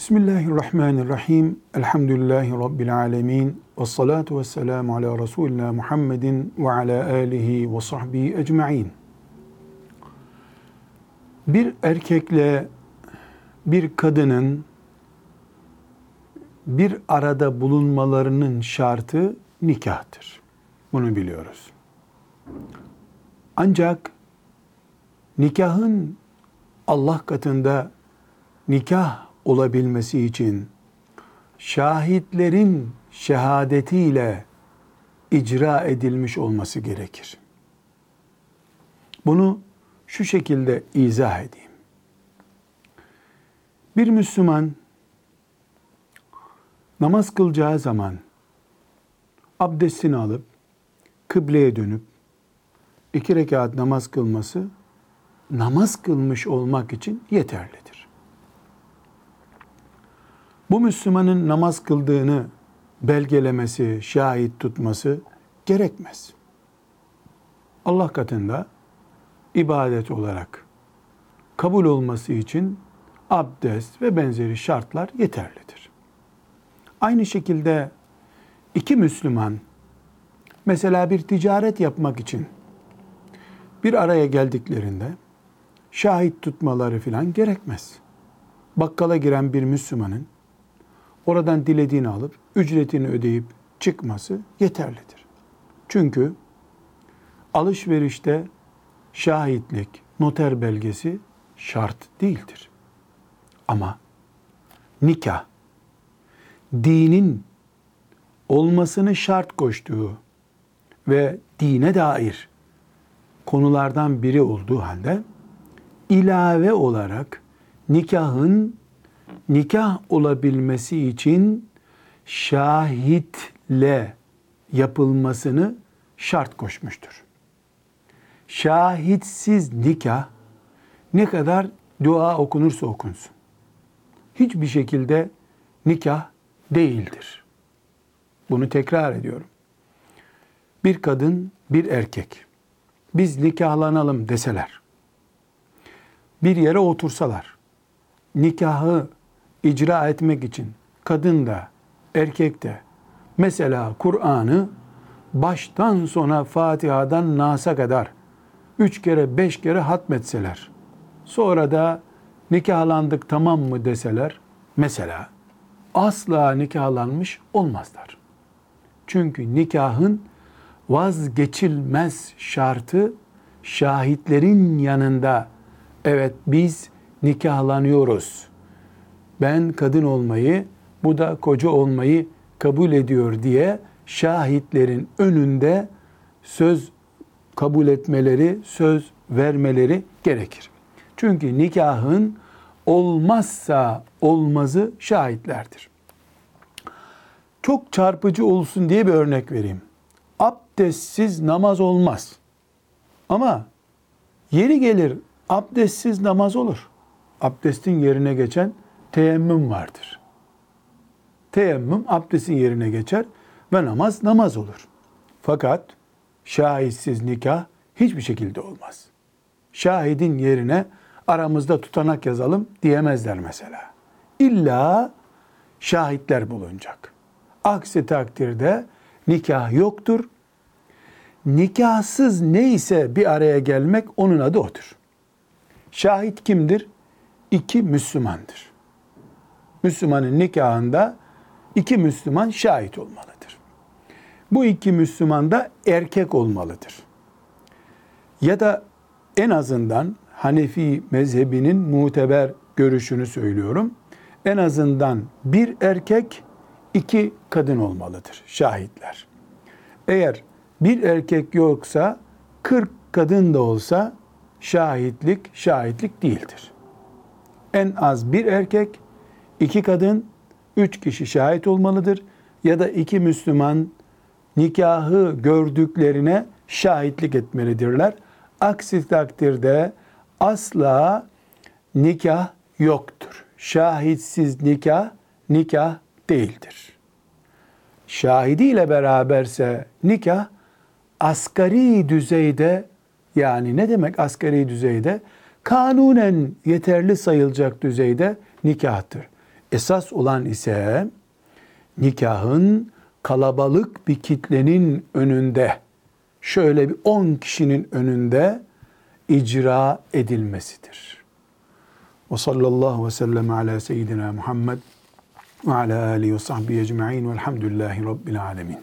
Bismillahirrahmanirrahim. Elhamdülillahi Rabbil alemin. Vessalatu vesselamu ala Resulina Muhammedin ve ala alihi ve sahbihi ecma'in. Bir erkekle bir kadının bir arada bulunmalarının şartı nikahtır. Bunu biliyoruz. Ancak nikahın Allah katında nikah olabilmesi için şahitlerin şehadetiyle icra edilmiş olması gerekir. Bunu şu şekilde izah edeyim. Bir Müslüman namaz kılacağı zaman abdestini alıp kıbleye dönüp 2 rekat namaz kılması namaz kılmış olmak için yeterlidir. Bu Müslümanın namaz kıldığını belgelemesi, şahit tutması gerekmez. Allah katında ibadet olarak kabul olması için abdest ve benzeri şartlar yeterlidir. Aynı şekilde iki Müslüman mesela bir ticaret yapmak için bir araya geldiklerinde şahit tutmaları filan gerekmez. Bakkala giren bir Müslümanın oradan dilediğini alıp ücretini ödeyip çıkması yeterlidir. Çünkü alışverişte şahitlik, noter belgesi şart değildir. Ama nikah, dinin olmasını şart koştuğu ve dine dair konulardan biri olduğu halde ilave olarak nikahın nikah olabilmesi için şahitle yapılmasını şart koşmuştur. Şahitsiz nikah ne kadar dua okunursa okunsun, hiçbir şekilde nikah değildir. Bunu tekrar ediyorum. Bir kadın, bir erkek, biz nikahlanalım deseler, bir yere otursalar, nikahı icra etmek için kadın da erkek de mesela Kur'an'ı baştan sona Fatiha'dan Nas'a kadar 3 kere 5 kere hatmetseler, sonra da nikahlandık tamam mı deseler mesela, asla nikahlanmış olmazlar. Çünkü nikahın vazgeçilmez şartı şahitlerin yanında evet biz nikahlanıyoruz, ben kadın olmayı, bu da koca olmayı kabul ediyor diye şahitlerin önünde söz kabul etmeleri, söz vermeleri gerekir. Çünkü nikahın olmazsa olmazı şahitlerdir. Çok çarpıcı olsun diye bir örnek vereyim. Abdestsiz namaz olmaz. Ama yeri gelir abdestsiz namaz olur. Abdestin yerine geçen teyemmüm vardır. Teyemmüm abdestin yerine geçer ve namaz olur. Fakat şahitsiz nikah hiçbir şekilde olmaz. Şahidin yerine aramızda tutanak yazalım diyemezler mesela. İlla şahitler bulunacak. Aksi takdirde nikah yoktur. Nikahsız neyse bir araya gelmek onun adı odur. Şahit kimdir? 2 Müslümandır. Müslümanın nikahında 2 Müslüman şahit olmalıdır. Bu 2 Müslüman da erkek olmalıdır. Ya da en azından Hanefi mezhebinin muteber görüşünü söylüyorum. En azından bir erkek, 2 kadın olmalıdır şahitler. Eğer bir erkek yoksa 40 kadın da olsa şahitlik değildir. En az bir erkek, 2 kadın, 3 kişi şahit olmalıdır. Ya da 2 Müslüman nikahı gördüklerine şahitlik etmelidirler. Aksi takdirde asla nikah yoktur. Şahitsiz nikah değildir. Şahidiyle beraberse nikah asgari düzeyde, yani ne demek asgari düzeyde? Kanunen yeterli sayılacak düzeyde nikahtır. Esas olan ise nikahın kalabalık bir kitlenin önünde, şöyle bir 10 kişinin önünde icra edilmesidir. Ve sallallahu ve sellem ala seyyidina Muhammed ve ala alihi ve sahbihi ecma'in velhamdülillahi rabbil alemin.